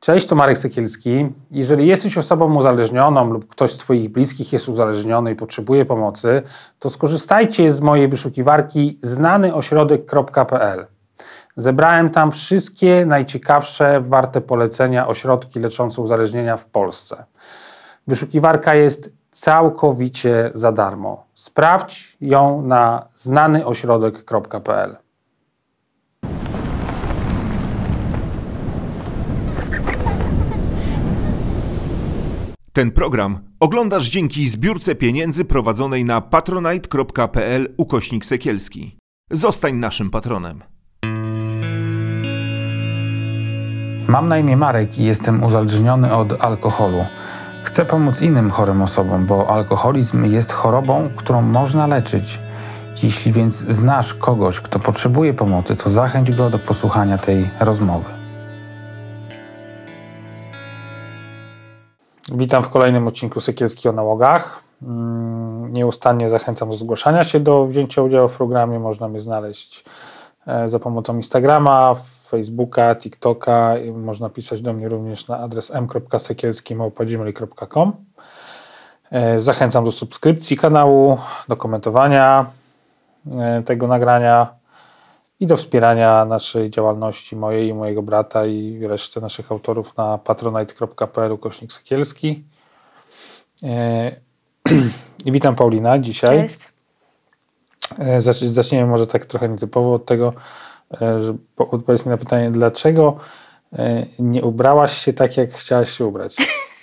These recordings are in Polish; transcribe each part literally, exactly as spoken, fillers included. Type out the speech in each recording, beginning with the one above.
Cześć, to Marek Sekielski. Jeżeli jesteś osobą uzależnioną lub ktoś z Twoich bliskich jest uzależniony i potrzebuje pomocy, to skorzystajcie z mojej wyszukiwarki znany ośrodek kropka p l. Zebrałem tam wszystkie najciekawsze, warte polecenia ośrodki leczące uzależnienia w Polsce. Wyszukiwarka jest całkowicie za darmo. Sprawdź ją na znany ośrodek kropka p l. Ten program oglądasz dzięki zbiórce pieniędzy prowadzonej na patronite kropka p l ukośnik Sekielski. Zostań naszym patronem. Mam na imię Marek i jestem uzależniony od alkoholu. Chcę pomóc innym chorym osobom, bo alkoholizm jest chorobą, którą można leczyć. Jeśli więc znasz kogoś, kto potrzebuje pomocy, to zachęć go do posłuchania tej rozmowy. Witam w kolejnym odcinku Sekielski o nałogach. Nieustannie zachęcam do zgłaszania się do wzięcia udziału w programie. Można mnie znaleźć za pomocą Instagrama, Facebooka, TikToka. Można pisać do mnie również na adres m kropka sekielski małpa gmail kropka com. Zachęcam do subskrypcji kanału, do komentowania tego nagrania i do wspierania naszej działalności, mojej i mojego brata i reszty naszych autorów na patronite kropka p l ukośnik Sekielski. I witam Paulina dzisiaj. Cześć. Zaczniemy może tak trochę nietypowo od tego, że odpowiedz mi na pytanie, dlaczego nie ubrałaś się tak, jak chciałaś się ubrać?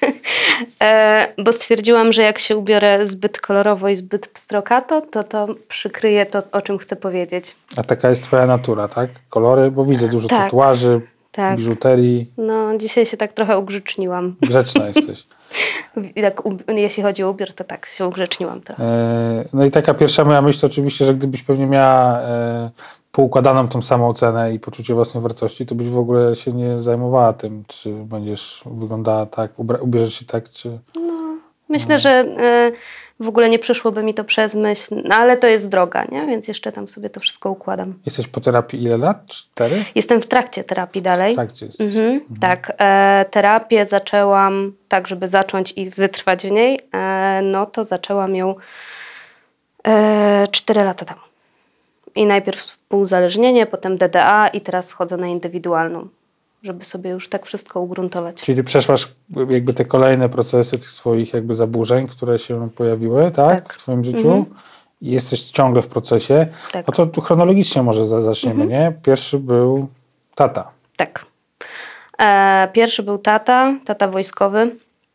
E, bo stwierdziłam, że jak się ubiorę zbyt kolorowo i zbyt pstrokato, to to przykryje to, o czym chcę powiedzieć. A taka jest twoja natura, tak? Kolory, bo widzę dużo tak, tatuaży, tak. biżuterii. No, dzisiaj się tak trochę ugrzeczniłam. Grzeczna jesteś. tak, jeśli chodzi o ubiór, to tak, się ugrzeczniłam trochę. E, no i taka pierwsza moja myśl to oczywiście, że gdybyś pewnie miała e, poukładaną tą samą cenę i poczucie własnej wartości, to byś w ogóle się nie zajmowała tym, czy będziesz wyglądała tak, ubra- ubierzesz się tak, czy... No, myślę, no. że y, w ogóle nie przyszłoby mi to przez myśl, no, ale to jest droga, nie? Więc jeszcze tam sobie to wszystko układam. Jesteś po terapii ile lat? Cztery? Jestem w trakcie terapii dalej. W trakcie jesteś. Mhm, mhm. Tak. E, terapię zaczęłam tak, żeby zacząć i wytrwać w niej, e, no to zaczęłam ją e, cztery lata temu. I najpierw współuzależnienie, potem D D A i teraz schodzę na indywidualną, żeby sobie już tak wszystko ugruntować. Czyli ty przeszłaś jakby te kolejne procesy tych swoich jakby zaburzeń, które się pojawiły, tak? Tak. W twoim życiu. Mhm. I jesteś ciągle w procesie. Tak. No to tu chronologicznie może zaczniemy, mhm. nie? Pierwszy był tata. Tak. E, pierwszy był tata, tata wojskowy,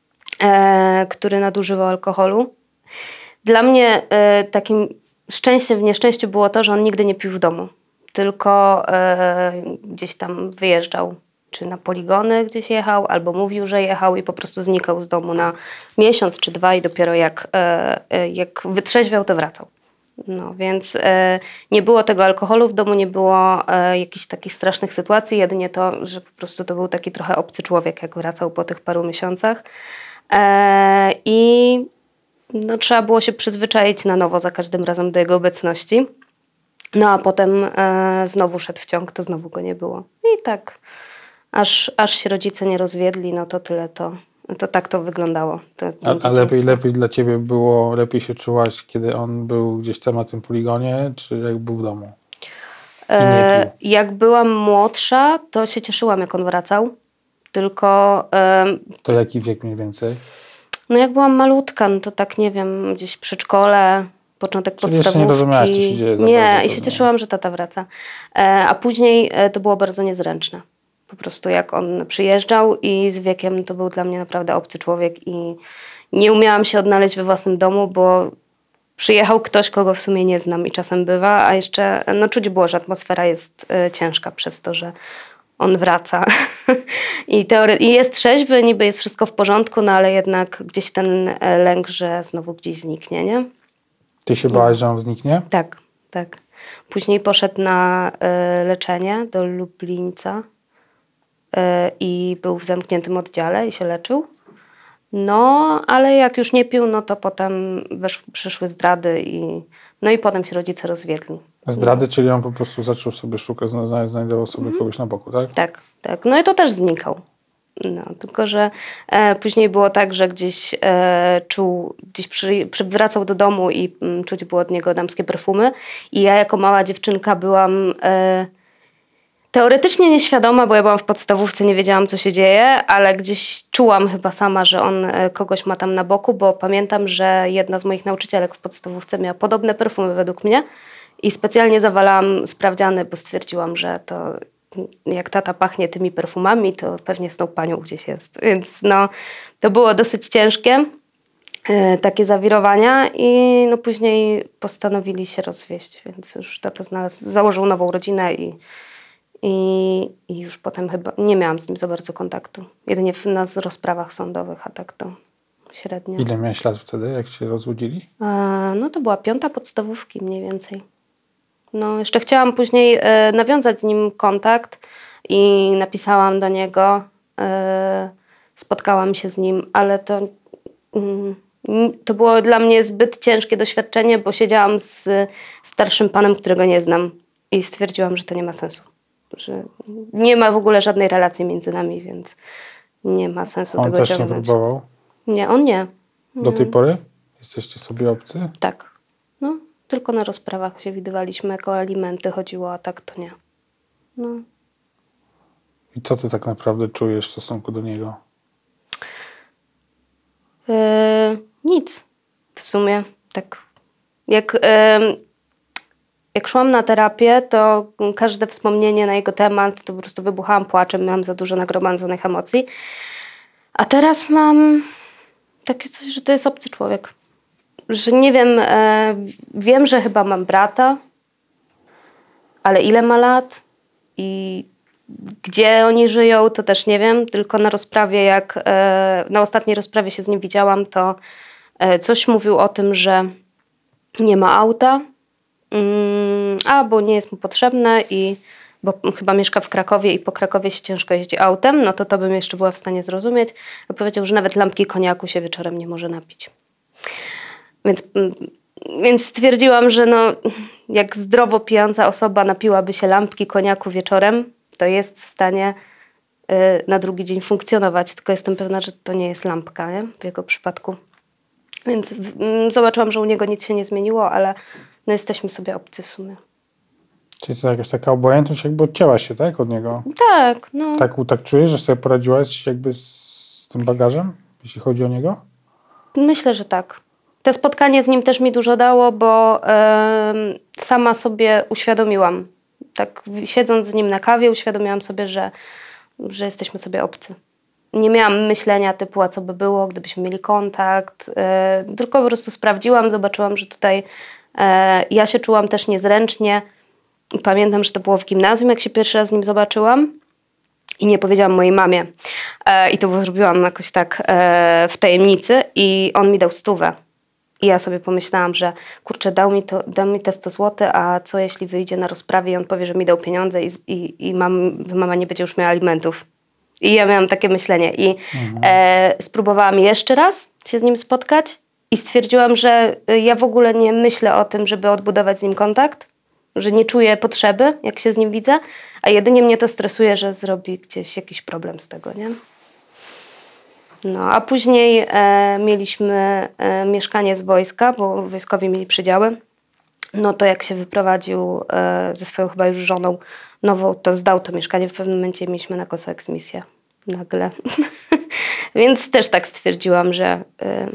e, który nadużywał alkoholu. Dla mnie e, takim szczęściem w nieszczęściu było to, że on nigdy nie pił w domu, tylko e, gdzieś tam wyjeżdżał, czy na poligony gdzieś jechał, albo mówił, że jechał i po prostu znikał z domu na miesiąc czy dwa i dopiero jak, e, jak wytrzeźwiał, to wracał. No więc e, nie było tego alkoholu w domu, nie było e, jakichś takich strasznych sytuacji, jedynie to, że po prostu to był taki trochę obcy człowiek, jak wracał po tych paru miesiącach. E, I no, trzeba było się przyzwyczaić na nowo za każdym razem do jego obecności. No a potem e, znowu szedł w ciąg, to znowu go nie było. I tak, aż, aż się rodzice nie rozwiedli, no to tyle to, to tak to wyglądało. To a a lepiej, lepiej dla ciebie było, lepiej się czułaś, kiedy on był gdzieś tam na tym poligonie, czy jak był w domu? I nie e, pił? jak byłam młodsza, to się cieszyłam, jak on wracał. Tylko... E, to jaki wiek mniej więcej? No jak byłam malutka, no to tak nie wiem, gdzieś przedszkole, początek Czyli podstawówki. Jeszcze nie rozumiałaś, co się dzieje za Nie, bardzo, i się cieszyłam, że tata wraca. E, a później e, to było bardzo niezręczne. Po prostu jak on przyjeżdżał i z wiekiem to był dla mnie naprawdę obcy człowiek i nie umiałam się odnaleźć we własnym domu, bo przyjechał ktoś, kogo w sumie nie znam i czasem bywa, a jeszcze no czuć było, że atmosfera jest e, ciężka przez to, że on wraca I, teory- i jest trzeźwy, niby jest wszystko w porządku, no ale jednak gdzieś ten lęk, że znowu gdzieś zniknie, nie? Ty się bałaś, że on zniknie? Tak, tak. Później poszedł na y, leczenie do Lublińca y, i był w zamkniętym oddziale i się leczył. No, ale jak już nie pił, no to potem wesz- przyszły zdrady i no i potem się rodzice rozwiedli. Zdrady, no. Czyli on po prostu zaczął sobie szukać, znajdował sobie mhm. kogoś na boku, tak? Tak, tak. No i to też znikał. No, tylko że e, później było tak, że gdzieś e, czuł, gdzieś przy, przy, wracał do domu i m, czuć było od niego damskie perfumy. I ja jako mała dziewczynka byłam e, teoretycznie nieświadoma, bo ja byłam w podstawówce, nie wiedziałam, co się dzieje, ale gdzieś czułam chyba sama, że on e, kogoś ma tam na boku, bo pamiętam, że jedna z moich nauczycielek w podstawówce miała podobne perfumy według mnie i specjalnie zawalałam sprawdziany, bo stwierdziłam, że to jak tata pachnie tymi perfumami, to pewnie z tą panią gdzieś jest. Więc no, to było dosyć ciężkie, yy, takie zawirowania i no później postanowili się rozwieść, więc już tata znalazł, założył nową rodzinę i, i, i już potem chyba nie miałam z nim za bardzo kontaktu. Jedynie w, na rozprawach sądowych, a tak to średnio. Ile miałeś lat wtedy, jak się rozłudzili? Yy, no to była piąta podstawówki mniej więcej. No, jeszcze chciałam później e, nawiązać z nim kontakt i napisałam do niego, e, spotkałam się z nim, ale to, mm, to było dla mnie zbyt ciężkie doświadczenie, bo siedziałam z starszym panem, którego nie znam i stwierdziłam, że to nie ma sensu. Że nie ma w ogóle żadnej relacji między nami, więc nie ma sensu On tego też ciągnąć. nie próbował? Nie, on nie. Do tej pory? Jesteście sobie obcy? Tak. No, tylko na rozprawach się widywaliśmy, jako alimenty chodziło, a tak to nie. No. I co ty tak naprawdę czujesz w stosunku do niego? Yy, nic. W sumie tak. Jak, yy, jak szłam na terapię, to każde wspomnienie na jego temat, to po prostu wybuchałam płaczem, miałam za dużo nagromadzonych emocji. A teraz mam takie coś, że to jest obcy człowiek. Że nie wiem, e, wiem, że chyba mam brata, ale ile ma lat i gdzie oni żyją, to też nie wiem. Tylko na rozprawie, jak e, na ostatniej rozprawie się z nim widziałam, to e, coś mówił o tym, że nie ma auta, mm, a bo nie jest mu potrzebne i bo chyba mieszka w Krakowie i po Krakowie się ciężko jeździ autem, no to to bym jeszcze była w stanie zrozumieć. Powiedział, że nawet lampki koniaku się wieczorem nie może napić. Więc, więc stwierdziłam, że no, jak zdrowo pijąca osoba napiłaby się lampki koniaku wieczorem, to jest w stanie y, na drugi dzień funkcjonować. Tylko jestem pewna, że to nie jest lampka, nie? W jego przypadku. Więc y, zobaczyłam, że u niego nic się nie zmieniło, ale no, jesteśmy sobie obcy w sumie. Czyli to jakaś taka obojętność, jakby odcięłaś się, tak? Od niego? Tak, no. Tak, tak czujesz, że sobie poradziłaś jakby z, z tym bagażem, jeśli chodzi o niego? Myślę, że tak. To spotkanie z nim też mi dużo dało, bo y, sama sobie uświadomiłam, tak siedząc z nim na kawie, uświadomiłam sobie, że, że jesteśmy sobie obcy. Nie miałam myślenia typu, a co by było, gdybyśmy mieli kontakt, y, tylko po prostu sprawdziłam, zobaczyłam, że tutaj y, ja się czułam też niezręcznie. Pamiętam, że to było w gimnazjum, jak się pierwszy raz z nim zobaczyłam i nie powiedziałam mojej mamie. Y, I to zrobiłam jakoś tak y, w tajemnicy i on mi dał stówę. I ja sobie pomyślałam, że kurczę, dał mi, to, dał mi te sto złotych, a co jeśli wyjdzie na rozprawie i on powie, że mi dał pieniądze i, i, i mam, mama nie będzie już miała alimentów. I ja miałam takie myślenie. I mhm. e, spróbowałam jeszcze raz się z nim spotkać i stwierdziłam, że ja w ogóle nie myślę o tym, żeby odbudować z nim kontakt, że nie czuję potrzeby, jak się z nim widzę, a jedynie mnie to stresuje, że zrobi gdzieś jakiś problem z tego, nie? No, a później e, mieliśmy e, mieszkanie z wojska, bo wojskowi mieli przydziały. No to jak się wyprowadził e, ze swoją chyba już żoną nową, to zdał to mieszkanie. W pewnym momencie mieliśmy na kosę eksmisję. Nagle. Więc też tak stwierdziłam, że e,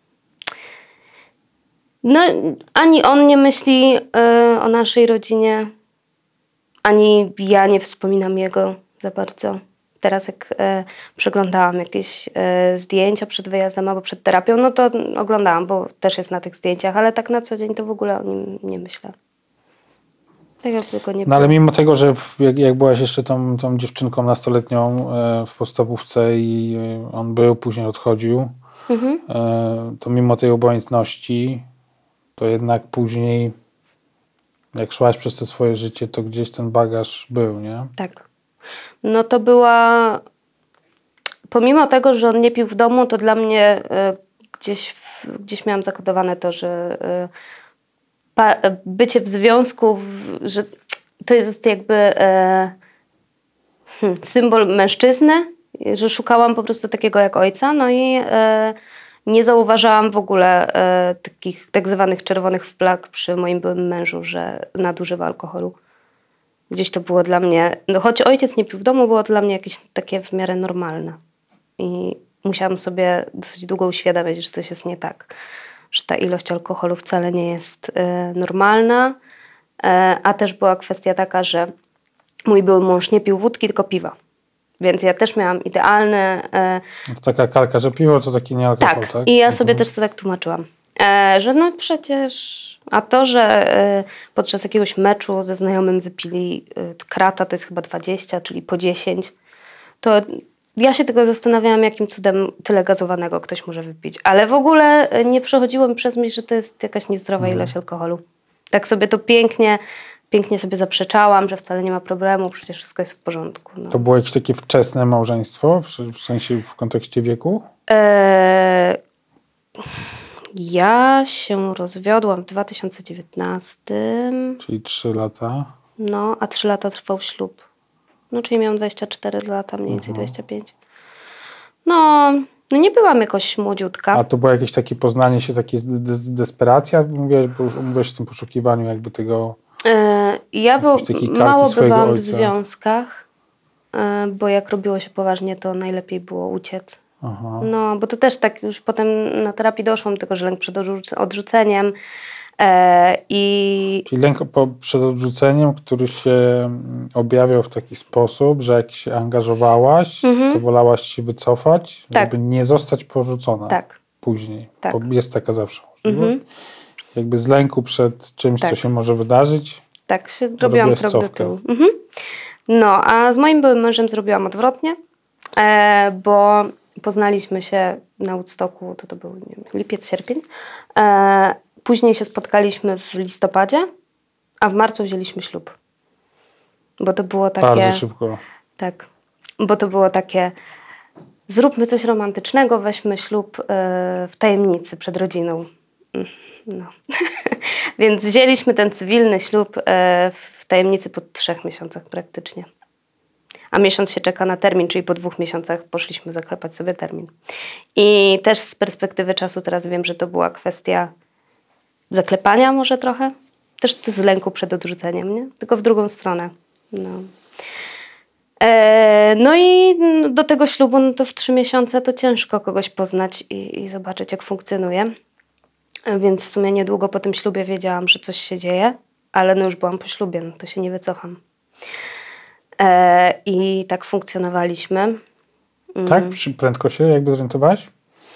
no, ani on nie myśli e, o naszej rodzinie, ani ja nie wspominam jego za bardzo. Teraz jak e, przeglądałam jakieś e, zdjęcia przed wyjazdem albo przed terapią, no to oglądałam, bo też jest na tych zdjęciach, ale tak na co dzień to w ogóle o nim nie myślę. Tak jakby go nie No ale mimo tego, że w, jak, jak byłaś jeszcze tą, tą dziewczynką nastoletnią e, w podstawówce i e, on był, później odchodził, mhm. e, to mimo tej obojętności, to jednak później jak szłaś przez to swoje życie, to gdzieś ten bagaż był, nie? Tak. No to była, pomimo tego, że on nie pił w domu, to dla mnie y, gdzieś, w, gdzieś miałam zakodowane to, że y, pa, bycie w związku, w, że to jest jakby y, hmm, symbol mężczyzny że szukałam po prostu takiego jak ojca, no i e, nie zauważałam w ogóle e, takich tak zwanych czerwonych flag przy moim byłym mężu, że nadużywa alkoholu. Gdzieś to było dla mnie, no choć ojciec nie pił w domu, było to dla mnie jakieś takie w miarę normalne. I musiałam sobie dosyć długo uświadamiać, że coś jest nie tak. Że ta ilość alkoholu wcale nie jest e, normalna. E, a też była kwestia taka, że mój były mąż nie pił wódki, tylko piwa. Więc ja też miałam idealny... E, To taka kalka, że piwo to taki nie alkohol, tak? tak, i ja sobie Mhm. też to tak tłumaczyłam. E, że no przecież... A to, że e, podczas jakiegoś meczu ze znajomym wypili e, krata, to jest chyba dwadzieścia, czyli po dziesięć, to ja się tylko zastanawiałam, jakim cudem tyle gazowanego ktoś może wypić. Ale w ogóle nie przechodziło mi przez myśl, że to jest jakaś niezdrowa Mhm. ilość alkoholu. Tak sobie to pięknie, pięknie sobie zaprzeczałam, że wcale nie ma problemu, przecież wszystko jest w porządku. No. To było jakieś takie wczesne małżeństwo, w, w sensie w kontekście wieku? Eee, ja się rozwiodłam w dwa tysiące dziewiętnastym, Czyli trzy lata. no, a trzy lata trwał ślub. No, czyli miałam dwadzieścia cztery lata, mniej więcej dwadzieścia pięć. No, no nie byłam jakoś młodziutka. A to było jakieś takie poznanie się, takie des- desperacja? Mówiłaś, bo już mówiłaś o tym poszukiwaniu jakby tego... E, Ja był, Jakiejś takiej kalki mało swojego bywałam w ojca. związkach, e, bo jak robiło się poważnie, to najlepiej było uciec. Aha. No, bo to też tak już potem na terapii doszłam do tego, że lęk przed odrzuc- odrzuceniem e, i Czyli lęk po, przed odrzuceniem, który się mm, objawiał w taki sposób, że jak się angażowałaś, Mhm. to wolałaś się wycofać, Tak. żeby nie zostać porzucona tak, później. Tak. Bo jest taka zawsze możliwość. Mhm. Jakby z lęku przed czymś, Tak. co się może wydarzyć. tak się robiłam Robiłaś krok do cofkę. tyłu. Mhm. No, a z moim byłym mężem zrobiłam odwrotnie, e, bo poznaliśmy się na Woodstocku, to to był nie wiem, lipiec, sierpień. E, później się spotkaliśmy w listopadzie, a w marcu wzięliśmy ślub. Bo to było takie... Bardzo szybko. Tak, bo to było takie, zróbmy coś romantycznego, weźmy ślub y, w tajemnicy przed rodziną. Mm, No. Więc wzięliśmy ten cywilny ślub y, w tajemnicy po trzech miesiącach praktycznie. A miesiąc się czeka na termin, czyli po dwóch miesiącach poszliśmy zaklepać sobie termin. I też z perspektywy czasu teraz wiem, że to była kwestia zaklepania może trochę. Też z lęku przed odrzuceniem, nie? Tylko w drugą stronę. No. E, no i do tego ślubu no to w trzy miesiące to ciężko kogoś poznać i, i zobaczyć, jak funkcjonuje. E, Więc w sumie niedługo po tym ślubie wiedziałam, że coś się dzieje, ale no już byłam po ślubie, no to się nie wycofam. E, I tak funkcjonowaliśmy. Tak? Przy- Prędko się jakby zorientowałaś?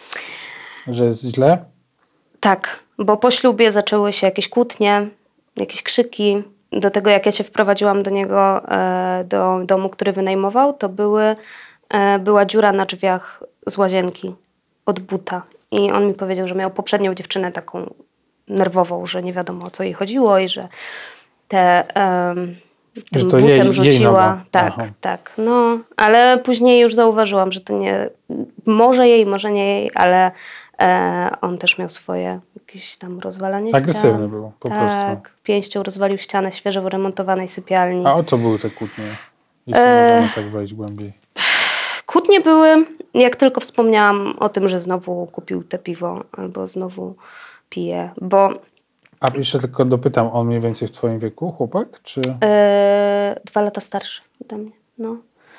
Że jest źle? Tak, bo po ślubie zaczęły się jakieś kłótnie, jakieś krzyki. Do tego, jak ja się wprowadziłam do niego, e, do domu, który wynajmował, to były, e, była dziura na drzwiach z łazienki od buta. I on mi powiedział, że miał poprzednią dziewczynę taką nerwową, że nie wiadomo, o co jej chodziło i że te, em, tym Że to butem jej- jej rzuciła. noga. Tak, Aha. tak. No, ale później już zauważyłam, że to nie... Może jej, może nie jej, ale e, on też miał swoje jakieś tam rozwalanie Agresywny ścian. był po tak, prostu. pięścią rozwalił ścianę świeżo wyremontowanej sypialni. A o co były te kłótnie? Jeśli E, możemy tak wejść głębiej. Kłótnie były, jak tylko wspomniałam o tym, że znowu kupił te piwo albo znowu pije, bo A jeszcze tylko dopytam, on mniej więcej w twoim wieku, chłopak? Czy... e, dwa lata starszy ode mnie. No.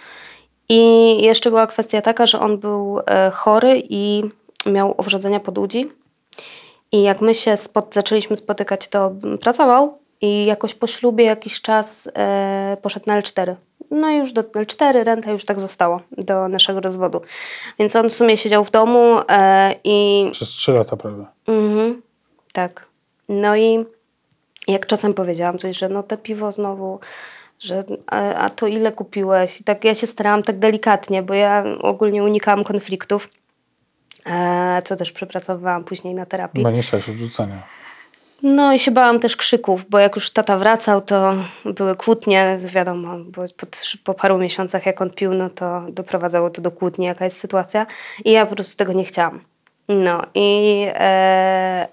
I jeszcze była kwestia taka, że on był e, chory i miał owrzodzenia podłudzi. I jak my się spot- zaczęliśmy spotykać, to pracował i jakoś po ślubie jakiś czas e, poszedł na L cztery. No i już do L cztery, renta już tak zostało do naszego rozwodu. Więc on w sumie siedział w domu e, i... Przez trzy lata prawie. Mhm, tak. No i jak czasem powiedziałam coś, że no to piwo znowu, że a, a to ile kupiłeś? I tak ja się starałam tak delikatnie, bo ja ogólnie unikałam konfliktów, e, co też przepracowywałam później na terapii. Chyba nie chciałeś odrzucenia. No i się bałam też krzyków, bo jak już tata wracał, to były kłótnie, wiadomo, bo po, po paru miesiącach jak on pił, no to doprowadzało to do kłótni, jaka jest sytuacja i ja po prostu tego nie chciałam. No i, e,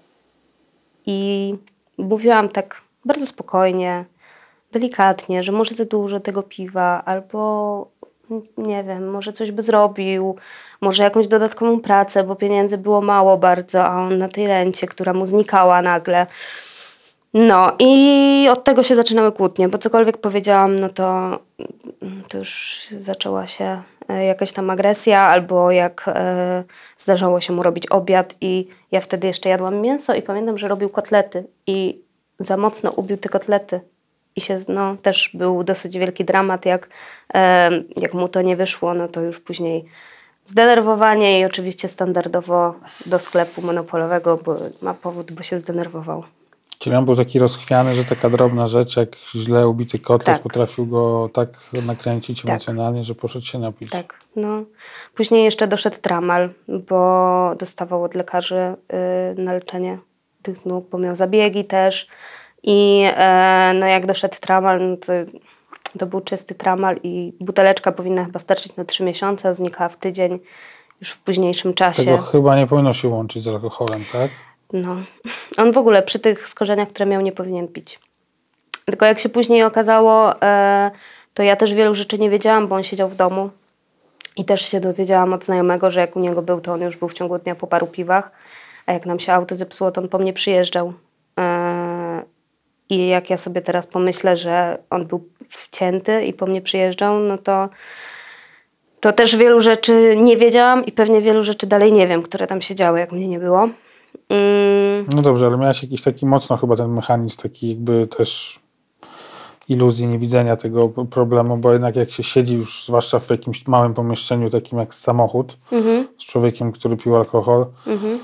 i mówiłam tak bardzo spokojnie, delikatnie, że może za dużo tego piwa, albo nie wiem, może coś by zrobił, może jakąś dodatkową pracę, bo pieniędzy było mało bardzo, a on na tej rencie, która mu znikała nagle. No i od tego się zaczynały kłótnie, bo cokolwiek powiedziałam, no to, to już zaczęła się jakaś tam agresja, albo jak e, zdarzało się mu robić obiad i ja wtedy jeszcze jadłam mięso i pamiętam, że robił kotlety i za mocno ubił te kotlety. I się, no, też był dosyć wielki dramat, jak, e, jak mu to nie wyszło, no to już później zdenerwowanie i oczywiście standardowo do sklepu monopolowego, bo ma powód, bo się zdenerwował. Czyli on był taki rozchwiany, że taka drobna rzecz, jak źle ubity kotlet, Tak. potrafił go tak nakręcić Tak. emocjonalnie, że poszedł się napić. Tak, no. Później jeszcze doszedł tramal, bo dostawał od lekarzy y, na leczenie tych nóg, bo miał zabiegi też. I e, no jak doszedł tramal, no to, to był czysty tramal i buteleczka powinna chyba starczyć na trzy miesiące, znikała w tydzień, już w późniejszym czasie. Tego chyba nie powinno się łączyć z alkoholem, tak? No. On w ogóle przy tych skorzeniach, które miał, nie powinien pić. Tylko jak się później okazało, e, to ja też wielu rzeczy nie wiedziałam, bo on siedział w domu. I też się dowiedziałam od znajomego, że jak u niego był, to on już był w ciągu dnia po paru piwach. A jak nam się auto zepsuło, to on po mnie przyjeżdżał. E, I jak ja sobie teraz pomyślę, że on był wcięty i po mnie przyjeżdżał, no to, to też wielu rzeczy nie wiedziałam i pewnie wielu rzeczy dalej nie wiem, które tam się działy, jak mnie nie było. Mm. No dobrze, ale miałeś jakiś taki mocno chyba ten mechanizm, taki jakby też iluzji niewidzenia tego problemu, bo jednak jak się siedzi już, zwłaszcza w jakimś małym pomieszczeniu, takim jak samochód, mm-hmm. z człowiekiem, który pił alkohol, mm-hmm.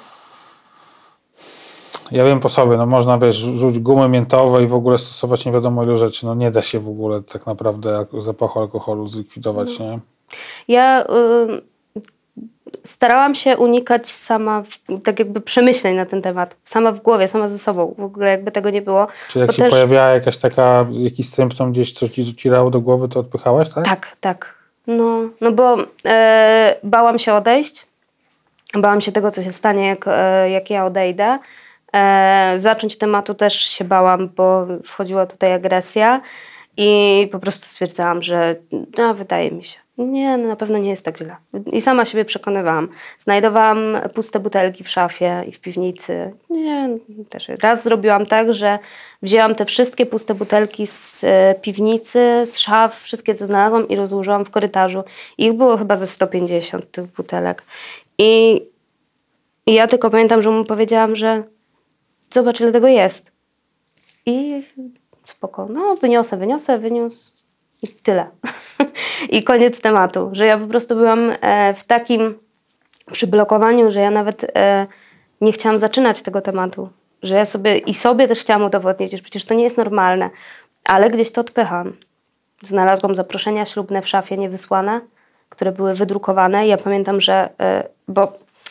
ja wiem po sobie, no można, wiesz, rzucić gumy miętowe i w ogóle stosować nie wiadomo ile rzeczy, no nie da się w ogóle tak naprawdę zapachu alkoholu zlikwidować, no. Nie? Ja y, starałam się unikać sama, w, tak jakby przemyśleń na ten temat, sama w głowie, sama ze sobą, w ogóle jakby tego nie było. Czy jak bo się też... pojawiała jakaś taka, jakiś symptom, gdzieś coś ci docierało do głowy, to odpychałaś, tak? Tak, tak. No, no bo e, bałam się odejść, bałam się tego, co się stanie, jak, e, jak ja odejdę. E, zacząć tematu też się bałam, bo wchodziła tutaj agresja i po prostu stwierdzałam, że no, wydaje mi się, nie, no, na pewno nie jest tak źle. I sama siebie przekonywałam. Znajdowałam puste butelki w szafie i w piwnicy. Nie, też raz zrobiłam tak, że wzięłam te wszystkie puste butelki z e, piwnicy, z szaf, wszystkie co znalazłam i rozłożyłam w korytarzu. Ich było chyba ze sto pięćdziesiąt tych butelek. I, i ja tylko pamiętam, że mu powiedziałam, że zobacz, ile tego jest. I spoko, no wyniosę, wyniosę, wyniósł i tyle. I koniec tematu, że ja po prostu byłam e, w takim przyblokowaniu, że ja nawet e, nie chciałam zaczynać tego tematu. Że ja sobie i sobie też chciałam udowodnić, że przecież to nie jest normalne, ale gdzieś to odpycham. Znalazłam zaproszenia ślubne w szafie niewysłane, które były wydrukowane. Ja pamiętam, że e, bo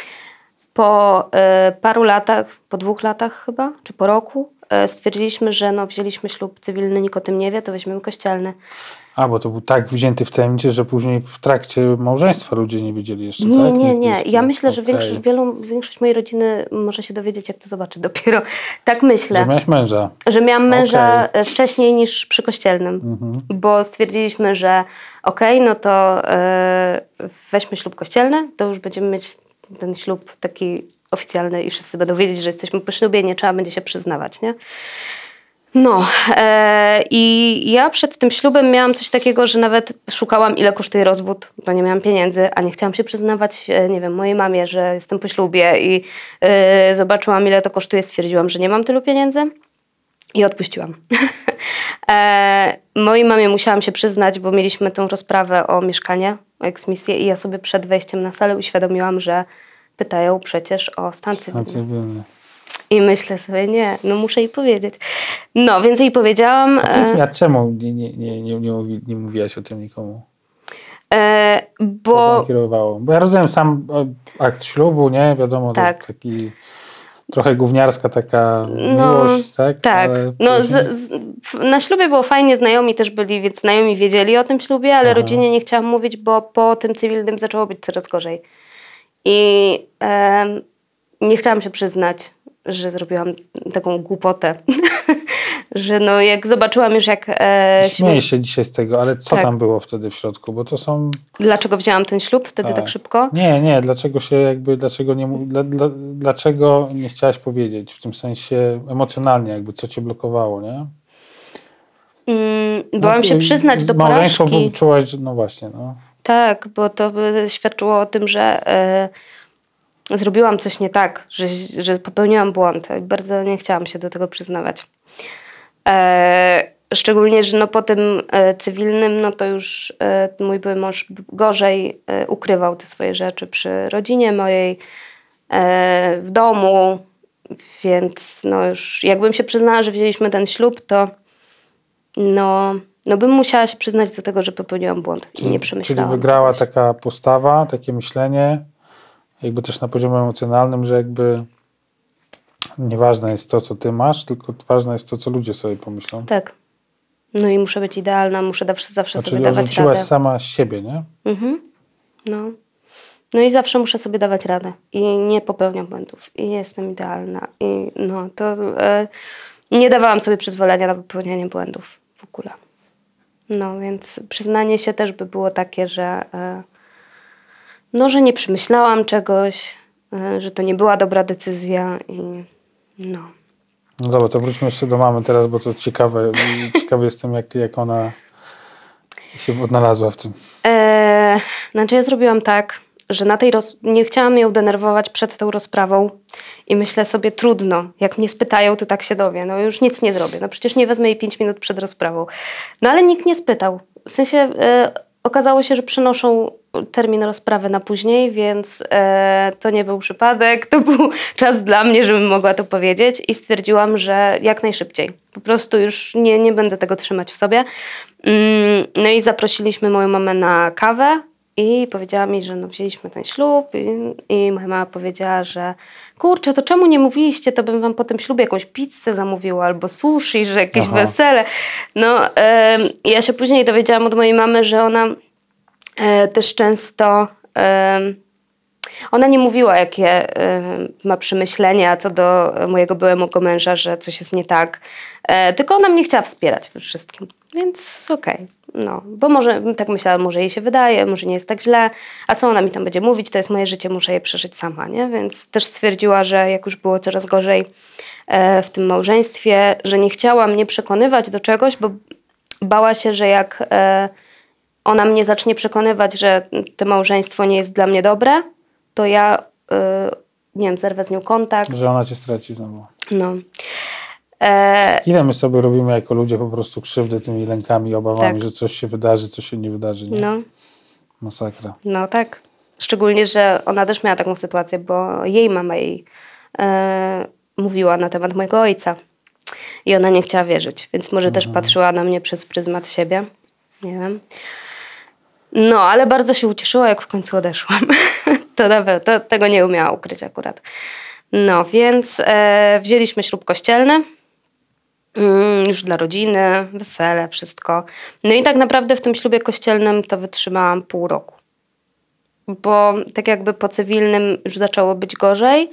po e, paru latach, po dwóch latach chyba, czy po roku, e, stwierdziliśmy, że no, wzięliśmy ślub cywilny, nikt o tym nie wie, to weźmiemy kościelny. A, bo to był tak wzięty w tajemnicy, że później w trakcie małżeństwa ludzie nie wiedzieli jeszcze, nie, tak? Nie, nie, nie. Ja myślę, okay. że większość, wielu, większość mojej rodziny może się dowiedzieć, jak to zobaczy dopiero. Tak myślę. Że miałeś męża. Że miałam męża okay. wcześniej niż przy kościelnym. Mhm. Bo stwierdziliśmy, że okej, okay, no to yy, weźmy ślub kościelny, to już będziemy mieć ten ślub taki oficjalny i wszyscy będą wiedzieć, że jesteśmy po ślubie, nie trzeba będzie się przyznawać, nie? No e, i ja przed tym ślubem miałam coś takiego, że nawet szukałam, ile kosztuje rozwód, bo nie miałam pieniędzy, a nie chciałam się przyznawać, e, nie wiem, mojej mamie, że jestem po ślubie i e, zobaczyłam, ile to kosztuje, stwierdziłam, że nie mam tylu pieniędzy i odpuściłam. e, mojej mamie musiałam się przyznać, bo mieliśmy tą rozprawę o mieszkanie, o eksmisję i ja sobie przed wejściem na salę uświadomiłam, że pytają przecież o stan cywilny. I myślę sobie, nie, no muszę jej powiedzieć. No, więc jej powiedziałam. A powiedz mi, a czemu nie, nie, nie, nie, nie, mówi, nie mówiłaś o tym nikomu? E, bo... Co kierowało? Bo ja rozumiem sam akt ślubu, nie? Wiadomo, tak. taki trochę gówniarska taka no, miłość, tak? Tak. No, z, z, na ślubie było fajnie, znajomi też byli, więc znajomi wiedzieli o tym ślubie, ale Aha. rodzinie nie chciałam mówić, bo po tym cywilnym zaczęło być coraz gorzej. I e, nie chciałam się przyznać, że zrobiłam taką głupotę, Że no jak zobaczyłam już jak... E, Śmieję się dzisiaj z tego, ale co tak. tam było wtedy w środku? Bo to są... Dlaczego wzięłam ten ślub wtedy tak, tak szybko? Nie, nie, dlaczego się jakby, dlaczego nie, dla, dla, dlaczego nie chciałaś powiedzieć? W tym sensie emocjonalnie jakby, co cię blokowało, nie? Mm, bałam no, się przyznać do małżeństwo porażki. Czułaś, że no właśnie, no. Tak, bo to by świadczyło o tym, że y, zrobiłam coś nie tak, że, że popełniłam błąd. Bardzo nie chciałam się do tego przyznawać. E, szczególnie, że no po tym e, cywilnym, no to już e, mój były mąż gorzej e, ukrywał te swoje rzeczy przy rodzinie mojej, e, w domu, więc no już jakbym się przyznała, że wzięliśmy ten ślub, to no, no bym musiała się przyznać do tego, że popełniłam błąd czyli, i nie przemyślałam. Czyli wygrała taka postawa, takie myślenie, jakby też na poziomie emocjonalnym, że jakby nieważne jest to, co ty masz, tylko ważne jest to, co ludzie sobie pomyślą. Tak. No i muszę być idealna, muszę zawsze, zawsze znaczy, sobie dawać radę. odrzuciłaś sama siebie, nie? Mhm. No. No i zawsze muszę sobie dawać radę. I nie popełniam błędów. I jestem idealna. I no to e, nie dawałam sobie przyzwolenia na popełnianie błędów w ogóle. No więc przyznanie się też by było takie, że e, no, że nie przemyślałam czegoś, e, że to nie była dobra decyzja i no. No dobra, to wróćmy jeszcze do mamy teraz, bo to ciekawe. Ciekawy jestem, jak, jak ona się odnalazła w tym. E, znaczy ja zrobiłam tak, że na tej roz... nie chciałam ją denerwować przed tą rozprawą i myślę sobie, trudno, jak mnie spytają, to tak się dowie, no już nic nie zrobię, no przecież nie wezmę jej pięć minut przed rozprawą. No ale nikt nie spytał, w sensie e, okazało się, że przenoszą termin rozprawy na później, więc e, to nie był przypadek, to był czas dla mnie, żebym mogła to powiedzieć i stwierdziłam, że jak najszybciej, po prostu już nie, nie będę tego trzymać w sobie. Mm, no i zaprosiliśmy moją mamę na kawę, i powiedziała mi, że no wzięliśmy ten ślub i, i moja mama powiedziała, że kurczę, to czemu nie mówiliście, to bym wam po tym ślubie jakąś pizzę zamówiła albo sushi, że jakieś Aha. wesele. No e, ja się później dowiedziałam od mojej mamy, że ona e, też często e, ona nie mówiła, jakie e, ma przemyślenia co do mojego byłego męża, że coś jest nie tak, e, tylko ona mnie chciała wspierać we wszystkim, więc okej. Okay. No, bo może, tak myślałam, może jej się wydaje, może nie jest tak źle, a co ona mi tam będzie mówić, to jest moje życie, muszę je przeżyć sama, nie? Więc też stwierdziła, że jak już było coraz gorzej e, w tym małżeństwie, że nie chciała mnie przekonywać do czegoś, bo bała się, że jak e, ona mnie zacznie przekonywać, że to małżeństwo nie jest dla mnie dobre, to ja, e, nie wiem, zerwę z nią kontakt. Że ona cię straci znowu. No. Ile my sobie robimy jako ludzie po prostu krzywdy tymi lękami, obawami, tak. że coś się wydarzy, coś się nie wydarzy. Nie? No. Masakra. No tak. Szczególnie, że ona też miała taką sytuację, bo jej mama jej e, mówiła na temat mojego ojca. I ona nie chciała wierzyć, więc może mhm. też patrzyła na mnie przez pryzmat siebie. Nie wiem. No, ale bardzo się ucieszyła, jak w końcu odeszłam. to, nawet, to tego nie umiała ukryć akurat. No, więc e, wzięliśmy ślub kościelny. Mm, już dla rodziny, wesele, wszystko. No i tak naprawdę w tym ślubie kościelnym to wytrzymałam pół roku. Bo tak jakby po cywilnym już zaczęło być gorzej,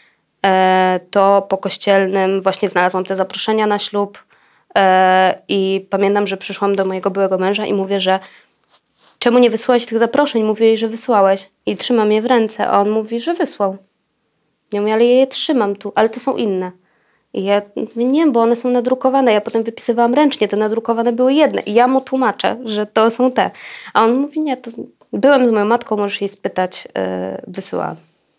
e, to po kościelnym właśnie znalazłam te zaproszenia na ślub e, i pamiętam, że przyszłam do mojego byłego męża i mówię, że czemu nie wysłałeś tych zaproszeń? Mówię jej, że wysłałeś i trzymam je w ręce, a on mówi, że wysłał. Ja mówię, ale ja je trzymam tu, ale to są inne. I ja mówię, nie, bo one są nadrukowane. Ja potem wypisywałam ręcznie, te nadrukowane były jedne. I ja mu tłumaczę, że to są te. A on mówi, nie, to byłem z moją matką, możesz jej spytać, yy, wysyłałam.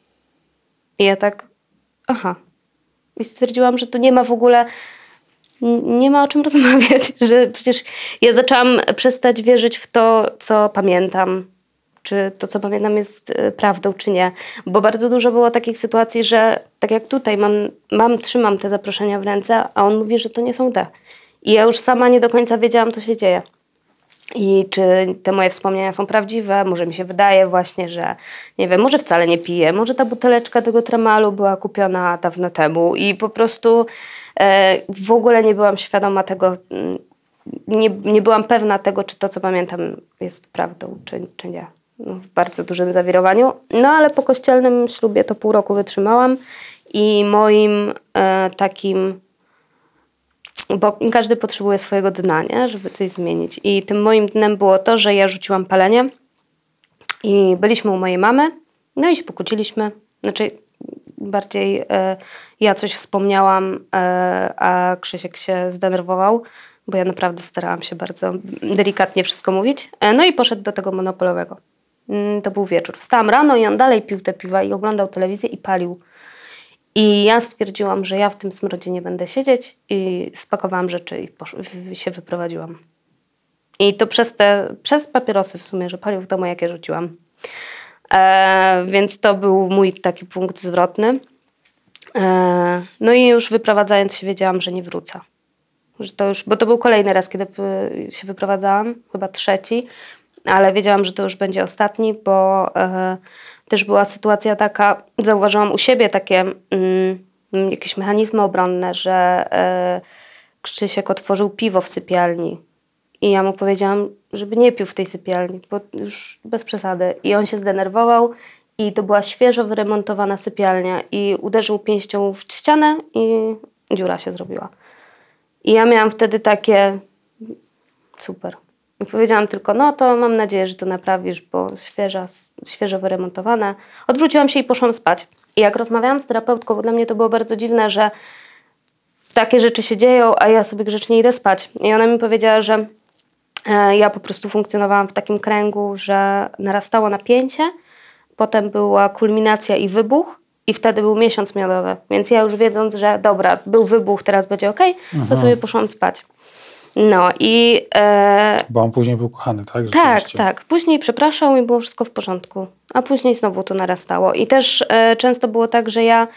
I ja tak, aha. I stwierdziłam, że tu nie ma w ogóle, nie ma o czym rozmawiać, że przecież ja zaczęłam przestać wierzyć w to, co pamiętam. Czy to, co pamiętam, jest prawdą, czy nie. Bo bardzo dużo było takich sytuacji, że tak jak tutaj mam, mam, trzymam te zaproszenia w ręce, a on mówi, że to nie są te. I ja już sama nie do końca wiedziałam, co się dzieje. I czy te moje wspomnienia są prawdziwe, może mi się wydaje właśnie, że nie wiem, może wcale nie piję, może ta buteleczka tego Tramalu była kupiona dawno temu i po prostu e, w ogóle nie byłam świadoma tego, nie, nie byłam pewna tego, czy to, co pamiętam, jest prawdą, czy, czy nie. No, w bardzo dużym zawirowaniu. No ale po kościelnym ślubie to pół roku wytrzymałam i moim e, takim bo każdy potrzebuje swojego dna, nie? Żeby coś zmienić. I tym moim dnem było to, że ja rzuciłam palenie i byliśmy u mojej mamy, no i się pokłóciliśmy. Znaczy bardziej e, ja coś wspomniałam, e, a Krzysiek się zdenerwował, bo ja naprawdę starałam się bardzo delikatnie wszystko mówić. E, no i poszedł do tego monopolowego. Mm, to był wieczór. Wstałam rano i on dalej pił te piwa i oglądał telewizję i palił. I ja stwierdziłam, że ja w tym smrodzie nie będę siedzieć i spakowałam rzeczy i posz- się wyprowadziłam. I to przez te, przez papierosy w sumie, że palił w domu, jak ja rzuciłam. E, więc to był mój taki punkt zwrotny. E, no i już wyprowadzając się wiedziałam, że nie wrócę. Że to już, bo to był kolejny raz, kiedy się wyprowadzałam, chyba trzeci, ale wiedziałam, że to już będzie ostatni, bo e, też była sytuacja taka, zauważyłam u siebie takie mm, jakieś mechanizmy obronne, że e, Krzysiek otworzył piwo w sypialni i ja mu powiedziałam, żeby nie pił w tej sypialni, bo już bez przesady. I on się zdenerwował i to była świeżo wyremontowana sypialnia i uderzył pięścią w ścianę i dziura się zrobiła. I ja miałam wtedy takie super. I powiedziałam tylko, no to mam nadzieję, że to naprawisz, bo świeża, świeżo wyremontowane. Odwróciłam się i poszłam spać. I jak rozmawiałam z terapeutką, bo dla mnie to było bardzo dziwne, że takie rzeczy się dzieją, a ja sobie grzecznie idę spać. I ona mi powiedziała, że e, ja po prostu funkcjonowałam w takim kręgu, że narastało napięcie, potem była kulminacja i wybuch i wtedy był miesiąc miodowy. Więc ja już wiedząc, że dobra, był wybuch, teraz będzie okej, okay, to sobie poszłam spać. No i... E, Bo on później był kochany, tak? Tak, tak. Później przepraszał i było wszystko w porządku. A później znowu to narastało. I też e, często było tak, że ja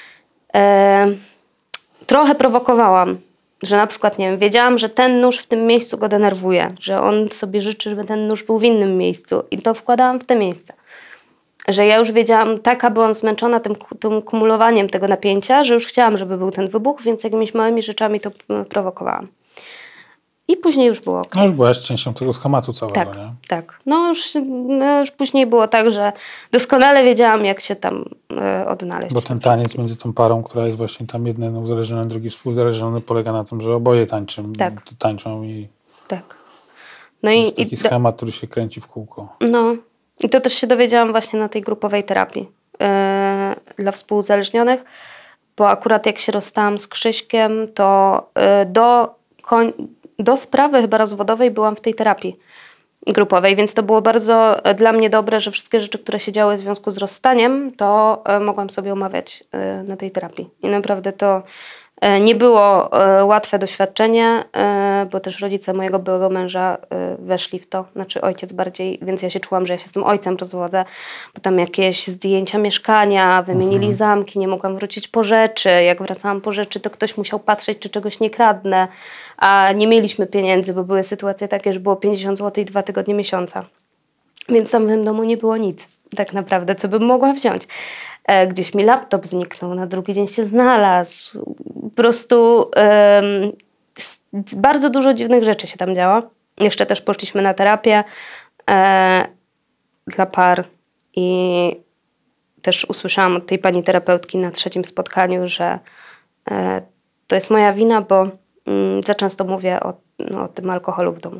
e, trochę prowokowałam. Że na przykład, nie wiem, wiedziałam, że ten nóż w tym miejscu go denerwuje. Że on sobie życzy, żeby ten nóż był w innym miejscu. I to wkładałam w te miejsce. Że ja już wiedziałam, taka byłam zmęczona tym, tym kumulowaniem tego napięcia, że już chciałam, żeby był ten wybuch, więc jakimiś małymi rzeczami to prowokowałam. I później już było ok. No już byłaś częścią tego schematu całego, tak, nie? Tak, no już, no już później było tak, że doskonale wiedziałam, jak się tam y, odnaleźć. Bo ten taniec między tą parą, która jest właśnie tam jeden uzależniony, drugi współuzależniony, polega na tym, że oboje tańczą, tak. tańczą i tak. No to i, jest taki i schemat, który się kręci w kółko. No i to też się dowiedziałam właśnie na tej grupowej terapii yy, dla współuzależnionych, bo akurat jak się rozstałam z Krzyśkiem, to yy, do, koń, do sprawy chyba rozwodowej byłam w tej terapii grupowej, więc to było bardzo dla mnie dobre, że wszystkie rzeczy, które się działy w związku z rozstaniem, to y, mogłam sobie omawiać y, na tej terapii. I naprawdę to y, nie było y, łatwe doświadczenie, y, bo też rodzice mojego byłego męża y, weszli w to, znaczy ojciec bardziej, więc ja się czułam, że ja się z tym ojcem rozwodzę, bo tam jakieś zdjęcia mieszkania, wymienili mhm. zamki, nie mogłam wrócić po rzeczy, jak wracałam po rzeczy, to ktoś musiał patrzeć, czy czegoś nie kradnę, a nie mieliśmy pieniędzy, bo były sytuacje takie, że było pięćdziesiąt złotych i dwa tygodnie miesiąca. Więc tam w tym domu nie było nic, tak naprawdę, co bym mogła wziąć. E, gdzieś mi laptop zniknął, na drugi dzień się znalazł. Po prostu um, bardzo dużo dziwnych rzeczy się tam działo. Jeszcze też poszliśmy na terapię e, dla par i też usłyszałam od tej pani terapeutki na trzecim spotkaniu, że e, to jest moja wina, bo mm, za często mówię o, no, o tym alkoholu w domu.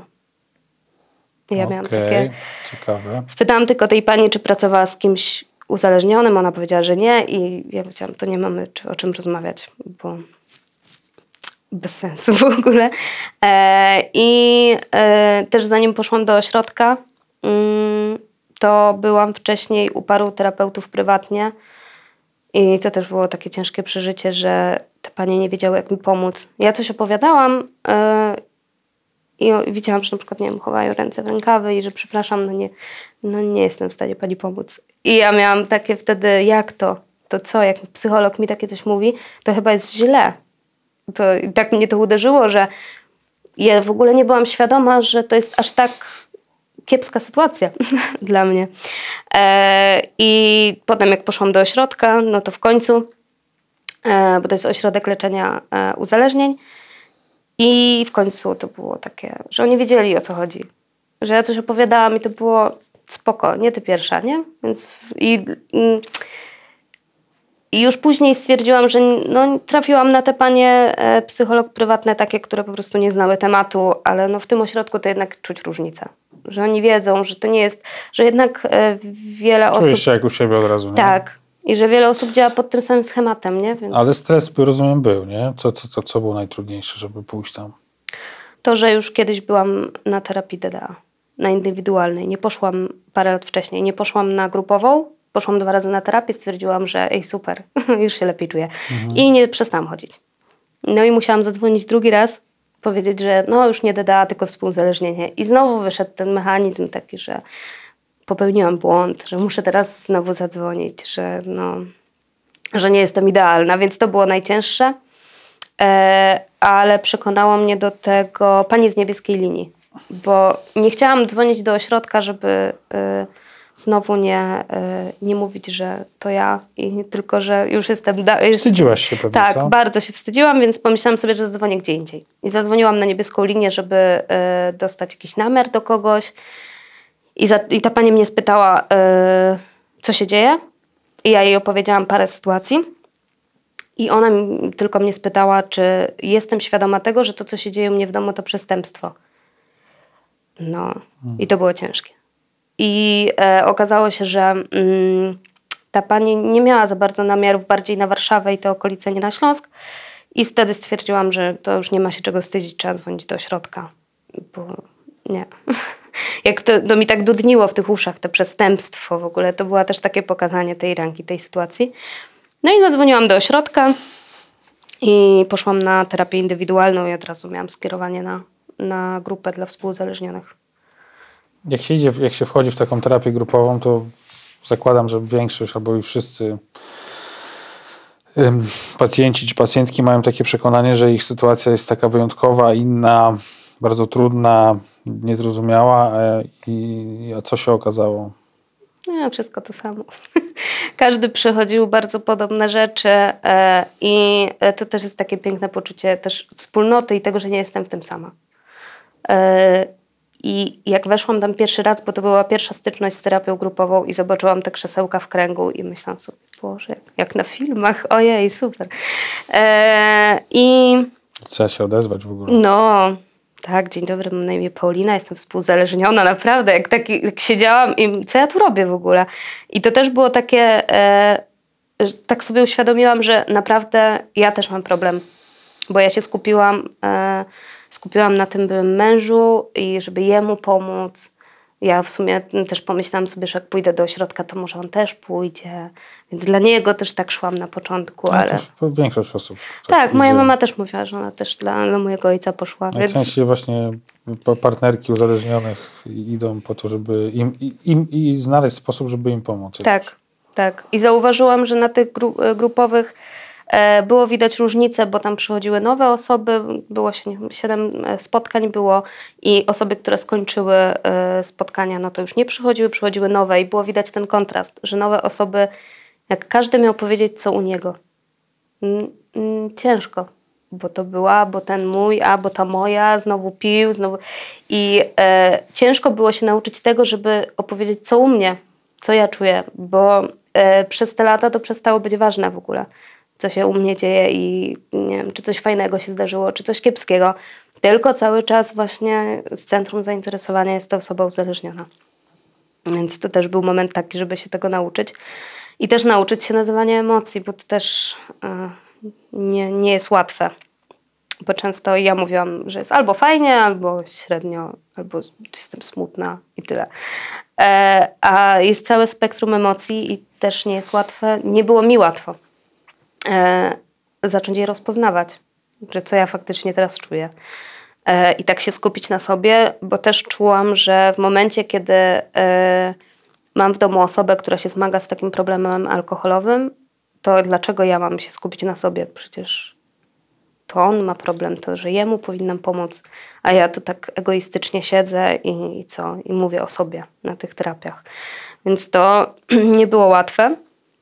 I ja okay, miałam takie... Ciekawe. Spytałam tylko tej pani, czy pracowała z kimś uzależnionym. Ona powiedziała, że nie i ja powiedziałam, to nie mamy czy, o czym rozmawiać, bo bez sensu w ogóle. E, I e, też zanim poszłam do ośrodka, mm, to byłam wcześniej u paru terapeutów prywatnie i to też było takie ciężkie przeżycie, że te panie nie wiedziały, jak mi pomóc. Ja coś opowiadałam e, i widziałam, że na przykład, nie wiem, chowają ręce w rękawy i że przepraszam, no nie, no nie jestem w stanie pani pomóc. I ja miałam takie wtedy, jak to? To co? Jak psycholog mi takie coś mówi, to chyba jest źle. To tak mnie to uderzyło, że ja w ogóle nie byłam świadoma, że to jest aż tak kiepska sytuacja dla mnie. E, I potem jak poszłam do ośrodka, no to w końcu, e, bo to jest ośrodek leczenia e, uzależnień, i w końcu to było takie, że oni wiedzieli, o co chodzi. Że ja coś opowiadałam i to było spoko, nie ty pierwsza, nie? Więc w, i, I już później stwierdziłam, że no, trafiłam na te panie e, psycholog prywatne, takie, które po prostu nie znały tematu, ale no, w tym ośrodku to jednak czuć różnicę. Że oni wiedzą, że to nie jest, że jednak e, wiele Czujesz osób... Czujesz się jak u siebie od razu, nie? Tak. I że wiele osób działa pod tym samym schematem, nie? Więc... Ale stres, rozumiem, był, nie? Co, co, co, co było najtrudniejsze, żeby pójść tam? To, że już kiedyś byłam na terapii D D A, na indywidualnej. Nie poszłam parę lat wcześniej, nie poszłam na grupową, poszłam dwa razy na terapię, stwierdziłam, że ej, super, już się lepiej czuję. Mhm. I nie przestałam chodzić. No i musiałam zadzwonić drugi raz, powiedzieć, że no już nie D D A, tylko współuzależnienie. I znowu wyszedł ten mechanizm taki, że popełniłam błąd, że muszę teraz znowu zadzwonić, że no, że nie jestem idealna, więc to było najcięższe. E, ale przekonała mnie do tego pani z niebieskiej linii, bo nie chciałam dzwonić do ośrodka, żeby e, znowu nie, e, nie mówić, że to ja, i tylko, że już jestem... Da- już, Wstydziłaś się pewnie, Tak, co? bardzo się wstydziłam, więc pomyślałam sobie, że zadzwonię gdzie indziej. I zadzwoniłam na niebieską linię, żeby e, dostać jakiś namiar do kogoś. I, za, i ta pani mnie spytała, e, co się dzieje. I ja jej opowiedziałam parę sytuacji. I ona mi, tylko mnie spytała, czy jestem świadoma tego, że to, co się dzieje u mnie w domu, to przestępstwo. No, hmm. i to było ciężkie. I e, okazało się, że mm, ta pani nie miała za bardzo namiarów bardziej na Warszawę i te okolice, nie na Śląsk. I wtedy stwierdziłam, że to już nie ma się czego wstydzić, trzeba dzwonić do ośrodka. Bo nie. Jak to, to mi tak dudniło w tych uszach, to przestępstwo w ogóle. To było też takie pokazanie tej rangi, tej sytuacji. No i zadzwoniłam do ośrodka i poszłam na terapię indywidualną i od razu miałam skierowanie na, na grupę dla współuzależnionych. Jak się idzie, jak się wchodzi w taką terapię grupową, to zakładam, że większość albo i wszyscy ym, pacjenci czy pacjentki mają takie przekonanie, że ich sytuacja jest taka wyjątkowa, inna, bardzo trudna, niezrozumiała. E, i, a co się okazało? No, wszystko to samo. Każdy przechodził bardzo podobne rzeczy e, i to też jest takie piękne poczucie też wspólnoty i tego, że nie jestem w tym sama. E, I jak weszłam tam pierwszy raz, bo to była pierwsza styczność z terapią grupową i zobaczyłam te krzesełka w kręgu i myślałam sobie, Boże, jak, jak na filmach, ojej, super. E, I trzeba się odezwać w ogóle. No, tak, dzień dobry, mam na imię Paulina, jestem współuzależniona, naprawdę, jak, taki, jak siedziałam i co ja tu robię w ogóle? I to też było takie, e, że tak sobie uświadomiłam, że naprawdę ja też mam problem, bo ja się skupiłam, e, skupiłam na tym byłym mężu i żeby jemu pomóc. Ja w sumie też pomyślałam sobie, że jak pójdę do ośrodka, to może on też pójdzie. Więc dla niego też tak szłam na początku. No, ale to większość osób. Tak, tak moja idzie. mama też mówiła, że ona też dla, dla mojego ojca poszła. Najczęściej więc... właśnie partnerki uzależnionych idą po to, żeby im, im i znaleźć sposób, żeby im pomóc. Tak, jakoś. tak. I zauważyłam, że na tych gru- grupowych e, było widać różnice, bo tam przychodziły nowe osoby, było się, nie wiem, siedem spotkań było i osoby, które skończyły e, spotkania, no to już nie przychodziły, przychodziły nowe i było widać ten kontrast, że nowe osoby, jak każdy miał powiedzieć, co u niego. Mm, mm, ciężko, bo to była, bo ten mój, a bo ta moja, znowu pił, znowu... I e, ciężko było się nauczyć tego, żeby opowiedzieć, co u mnie, co ja czuję, bo e, przez te lata to przestało być ważne w ogóle, co się u mnie dzieje i nie wiem, czy coś fajnego się zdarzyło, czy coś kiepskiego. Tylko cały czas właśnie w centrum zainteresowania jest ta osoba uzależniona. Więc to też był moment taki, żeby się tego nauczyć. I też nauczyć się nazywania emocji, bo to też e, nie, nie jest łatwe. Bo często ja mówiłam, że jest albo fajnie, albo średnio, albo jestem smutna i tyle. E, a jest całe spektrum emocji i też nie jest łatwe. Nie było mi łatwo e, zacząć je rozpoznawać, że co ja faktycznie teraz czuję. E, I tak się skupić na sobie, bo też czułam, że w momencie, kiedy e, mam w domu osobę, która się zmaga z takim problemem alkoholowym, to dlaczego ja mam się skupić na sobie? Przecież to on ma problem, to że jemu powinnam pomóc, a ja tu tak egoistycznie siedzę i, i co? I mówię o sobie na tych terapiach. Więc to nie było łatwe,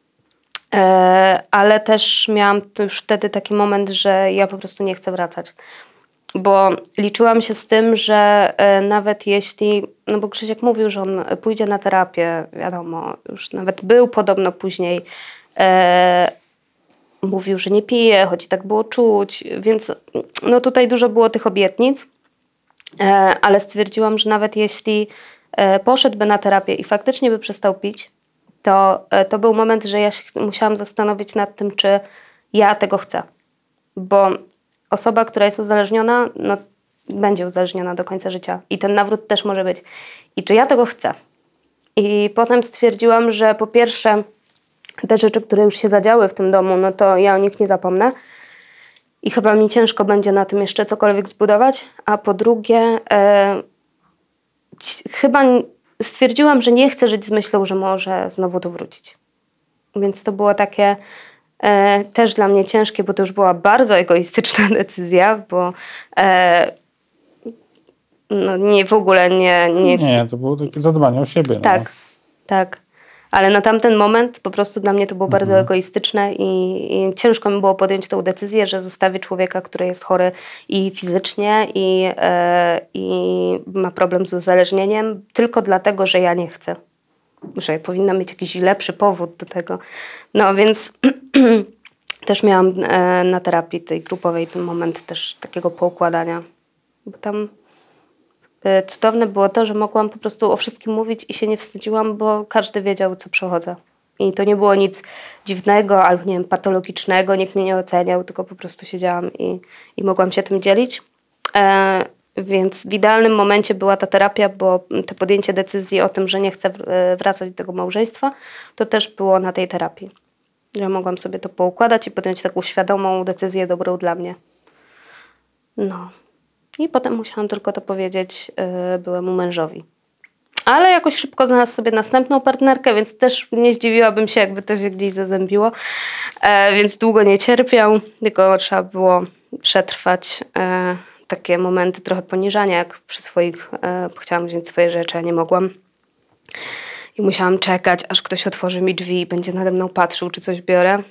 e, ale też miałam już wtedy taki moment, że ja po prostu nie chcę wracać. Bo liczyłam się z tym, że e, nawet jeśli, no bo Krzysiek mówił, że on pójdzie na terapię, wiadomo, już nawet był podobno później, e, mówił, że nie pije, choć i tak było czuć, więc no tutaj dużo było tych obietnic, ale stwierdziłam, że nawet jeśli poszedłby na terapię i faktycznie by przestał pić, to, to był moment, że ja się musiałam zastanowić nad tym, czy ja tego chcę. Bo osoba, która jest uzależniona, no będzie uzależniona do końca życia i ten nawrót też może być. I czy ja tego chcę? I potem stwierdziłam, że po pierwsze te rzeczy, które już się zadziały w tym domu, no to ja o nich nie zapomnę. I chyba mi ciężko będzie na tym jeszcze cokolwiek zbudować. A po drugie, e, ci, chyba stwierdziłam, że nie chcę żyć z myślą, że może znowu tu wrócić. Więc to było takie e, też dla mnie ciężkie, bo to już była bardzo egoistyczna decyzja, bo e, no nie, w ogóle nie... Nie, nie to było takie zadbanie o siebie. Tak, no. tak. Ale na tamten moment po prostu dla mnie to było mhm. bardzo egoistyczne i, i ciężko mi było podjąć tę decyzję, że zostawię człowieka, który jest chory i fizycznie i, e, i ma problem z uzależnieniem tylko dlatego, że ja nie chcę. Że powinna mieć jakiś lepszy powód do tego. No więc też miałam e, na terapii tej grupowej ten moment też takiego poukładania. Bo tam cudowne było to, że mogłam po prostu o wszystkim mówić i się nie wstydziłam, bo każdy wiedział, co przechodzę. I to nie było nic dziwnego albo nie wiem, patologicznego, nikt mnie nie oceniał, tylko po prostu siedziałam i, i mogłam się tym dzielić. E, więc w idealnym momencie była ta terapia, bo to podjęcie decyzji o tym, że nie chcę wracać do tego małżeństwa, to też było na tej terapii. Że mogłam sobie to poukładać i podjąć taką świadomą decyzję dobrą dla mnie. No. I potem musiałam tylko to powiedzieć yy, byłemu mężowi. Ale jakoś szybko znalazł sobie następną partnerkę, więc też nie zdziwiłabym się, jakby to się gdzieś zazębiło. E, więc długo nie cierpiał, tylko trzeba było przetrwać e, takie momenty trochę poniżania, jak przy swoich... E, chciałam wziąć swoje rzeczy, a nie mogłam. I musiałam czekać, aż ktoś otworzy mi drzwi i będzie nade mną patrzył, czy coś biorę.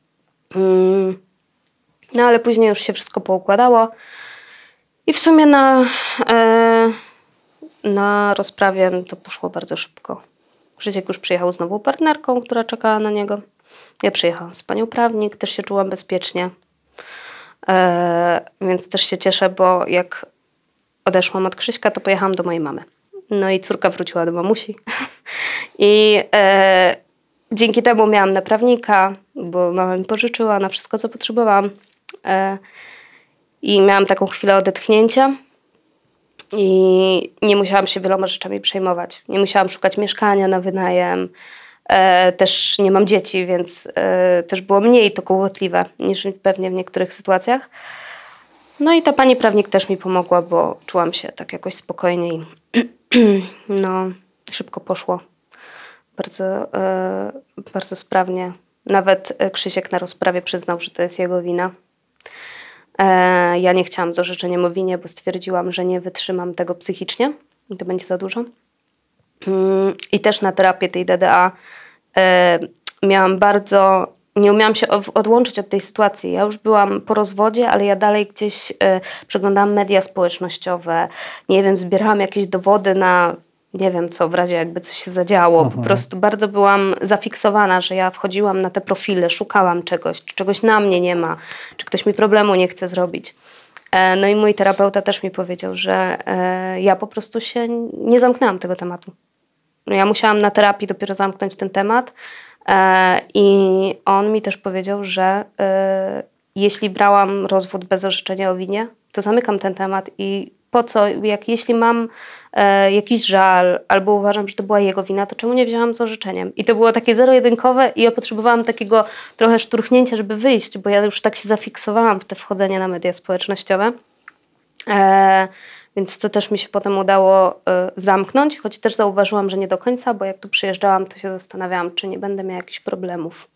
Mm. No ale później już się wszystko poukładało. I w sumie na, e, na rozprawie to poszło bardzo szybko. Krzysiek już przyjechał z nową partnerką, która czekała na niego. Ja przyjechałam z panią prawnik, też się czułam bezpiecznie. E, więc też się cieszę, bo jak odeszłam od Krzyśka, to pojechałam do mojej mamy. No i córka wróciła do mamusi. I e, dzięki temu miałam na prawnika, bo mama mi pożyczyła na wszystko, co potrzebowałam. E, I miałam taką chwilę odetchnięcia i nie musiałam się wieloma rzeczami przejmować. Nie musiałam szukać mieszkania na wynajem. E, też nie mam dzieci, więc e, też było mniej to kłopotliwe niż pewnie w niektórych sytuacjach. No i ta pani prawnik też mi pomogła, bo czułam się tak jakoś spokojniej. No, szybko poszło. Bardzo, e, bardzo sprawnie. Nawet Krzysiek na rozprawie przyznał, że to jest jego wina. E, ja nie chciałam z orzeczeniem o winie, bo stwierdziłam, że nie wytrzymam tego psychicznie i to będzie za dużo. Mm, I też na terapię tej D D A e, miałam bardzo... Nie umiałam się odłączyć od tej sytuacji. Ja już byłam po rozwodzie, ale ja dalej gdzieś e, przeglądałam media społecznościowe. Nie wiem, zbierałam jakieś dowody na... Nie wiem co, w razie jakby coś się zadziało. Mhm. Po prostu bardzo byłam zafiksowana, że ja wchodziłam na te profile, szukałam czegoś, czy czegoś na mnie nie ma, czy ktoś mi problemu nie chce zrobić. E, no i mój terapeuta też mi powiedział, że e, ja po prostu się nie zamknęłam tego tematu. Ja musiałam na terapii dopiero zamknąć ten temat e, i on mi też powiedział, że e, jeśli brałam rozwód bez orzeczenia o winie, to zamykam ten temat i po co, jak jeśli mam e, jakiś żal albo uważam, że to była jego wina, to czemu nie wzięłam z orzeczeniem? I to było takie zero-jedynkowe i ja potrzebowałam takiego trochę szturchnięcia, żeby wyjść, bo ja już tak się zafiksowałam w te wchodzenie na media społecznościowe. E, więc to też mi się potem udało e, zamknąć, choć też zauważyłam, że nie do końca, bo jak tu przyjeżdżałam, to się zastanawiałam, czy nie będę miała jakichś problemów,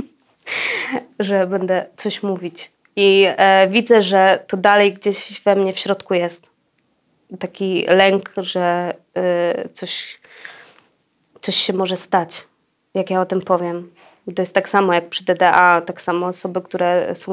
że będę coś mówić. I e, widzę, że to dalej gdzieś we mnie w środku jest. Taki lęk, że y, coś, coś się może stać, jak ja o tym powiem. I to jest tak samo jak przy D D A, tak samo osoby, które są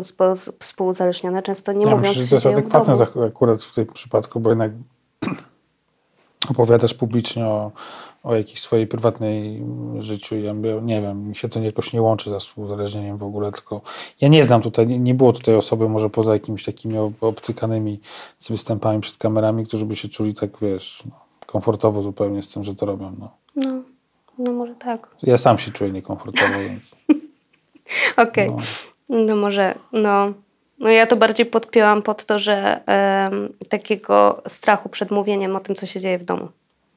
współuzależnione, często nie ja mówią, myślę, co że to jest się dzieje w domu. adekwatne akurat w tym przypadku, bo jednak opowiadasz publicznie o, o jakiejś swojej prywatnej życiu. Ja mówię, nie wiem, mi się to jakoś nie łączy ze współuzależnieniem w ogóle, tylko ja nie znam tutaj, nie, nie było tutaj osoby może poza jakimiś takimi obcykanymi z występami przed kamerami, którzy by się czuli tak, wiesz, no, komfortowo zupełnie z tym, że to robią. No, No, no może tak. ja sam się czuję niekomfortowo, więc... Okej, okay. no. no może, no... No ja to bardziej podpięłam pod to, że um, takiego strachu przed mówieniem o tym, co się dzieje w domu.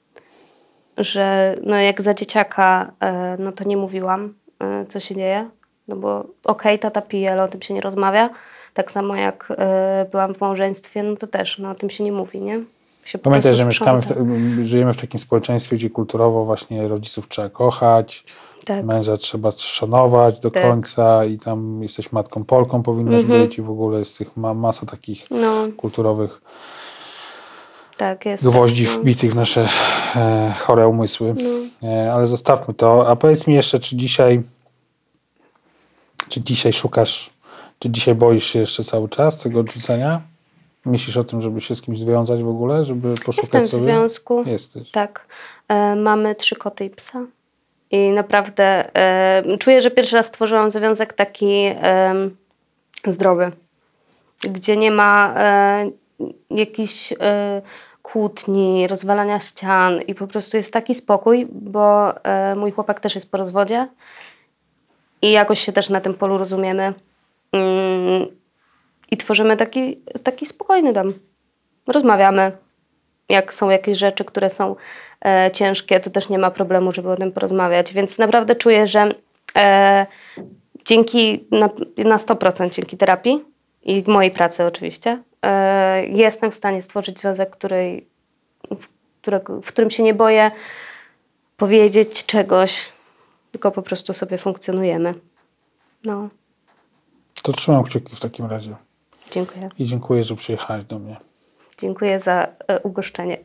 Że no jak za dzieciaka, e, no to nie mówiłam, e, co się dzieje. No bo okej, okay, tata pije, ale o tym się nie rozmawia. Tak samo jak e, byłam w małżeństwie, no to też no, o tym się nie mówi, nie? Się Pamiętaj, że mieszkamy, w te, żyjemy w takim społeczeństwie, gdzie kulturowo właśnie rodziców trzeba kochać, tak. Męża trzeba szanować do tak. końca i tam jesteś matką Polką, powinnaś mm-hmm. być i w ogóle jest tych ma, masa takich no. kulturowych tak, jest, gwoździ tak, no. wbitych w nasze e, chore umysły. No. E, ale zostawmy to. A powiedz mi jeszcze, czy dzisiaj czy dzisiaj szukasz, czy dzisiaj boisz się jeszcze cały czas tego odrzucenia? Myślisz o tym, żeby się z kimś związać w ogóle, żeby poszukać Jestem sobie? w związku. Jesteś. Tak. E, mamy trzy koty i psa. I naprawdę e, czuję, że pierwszy raz stworzyłam związek taki e, zdrowy, gdzie nie ma e, jakichś e, kłótni, rozwalania ścian i po prostu jest taki spokój, bo e, mój chłopak też jest po rozwodzie i jakoś się też na tym polu rozumiemy. Mm, I tworzymy taki, taki spokojny dom. Rozmawiamy. Jak są jakieś rzeczy, które są e, ciężkie, to też nie ma problemu, żeby o tym porozmawiać. Więc naprawdę czuję, że e, dzięki, na, na sto procent dzięki terapii i mojej pracy oczywiście, e, jestem w stanie stworzyć związek, który, w, którego, w którym się nie boję powiedzieć czegoś, tylko po prostu sobie funkcjonujemy. No. To trzymam kciuki w takim razie. Dziękuję. I dziękuję, że przyjechałaś do mnie. Dziękuję za e, ugoszczenie.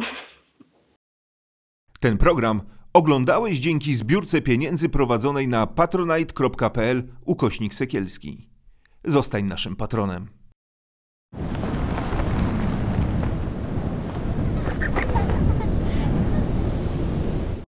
Ten program oglądałeś dzięki zbiórce pieniędzy prowadzonej na patronite kropka pl ukośnik Sekielski. Zostań naszym patronem.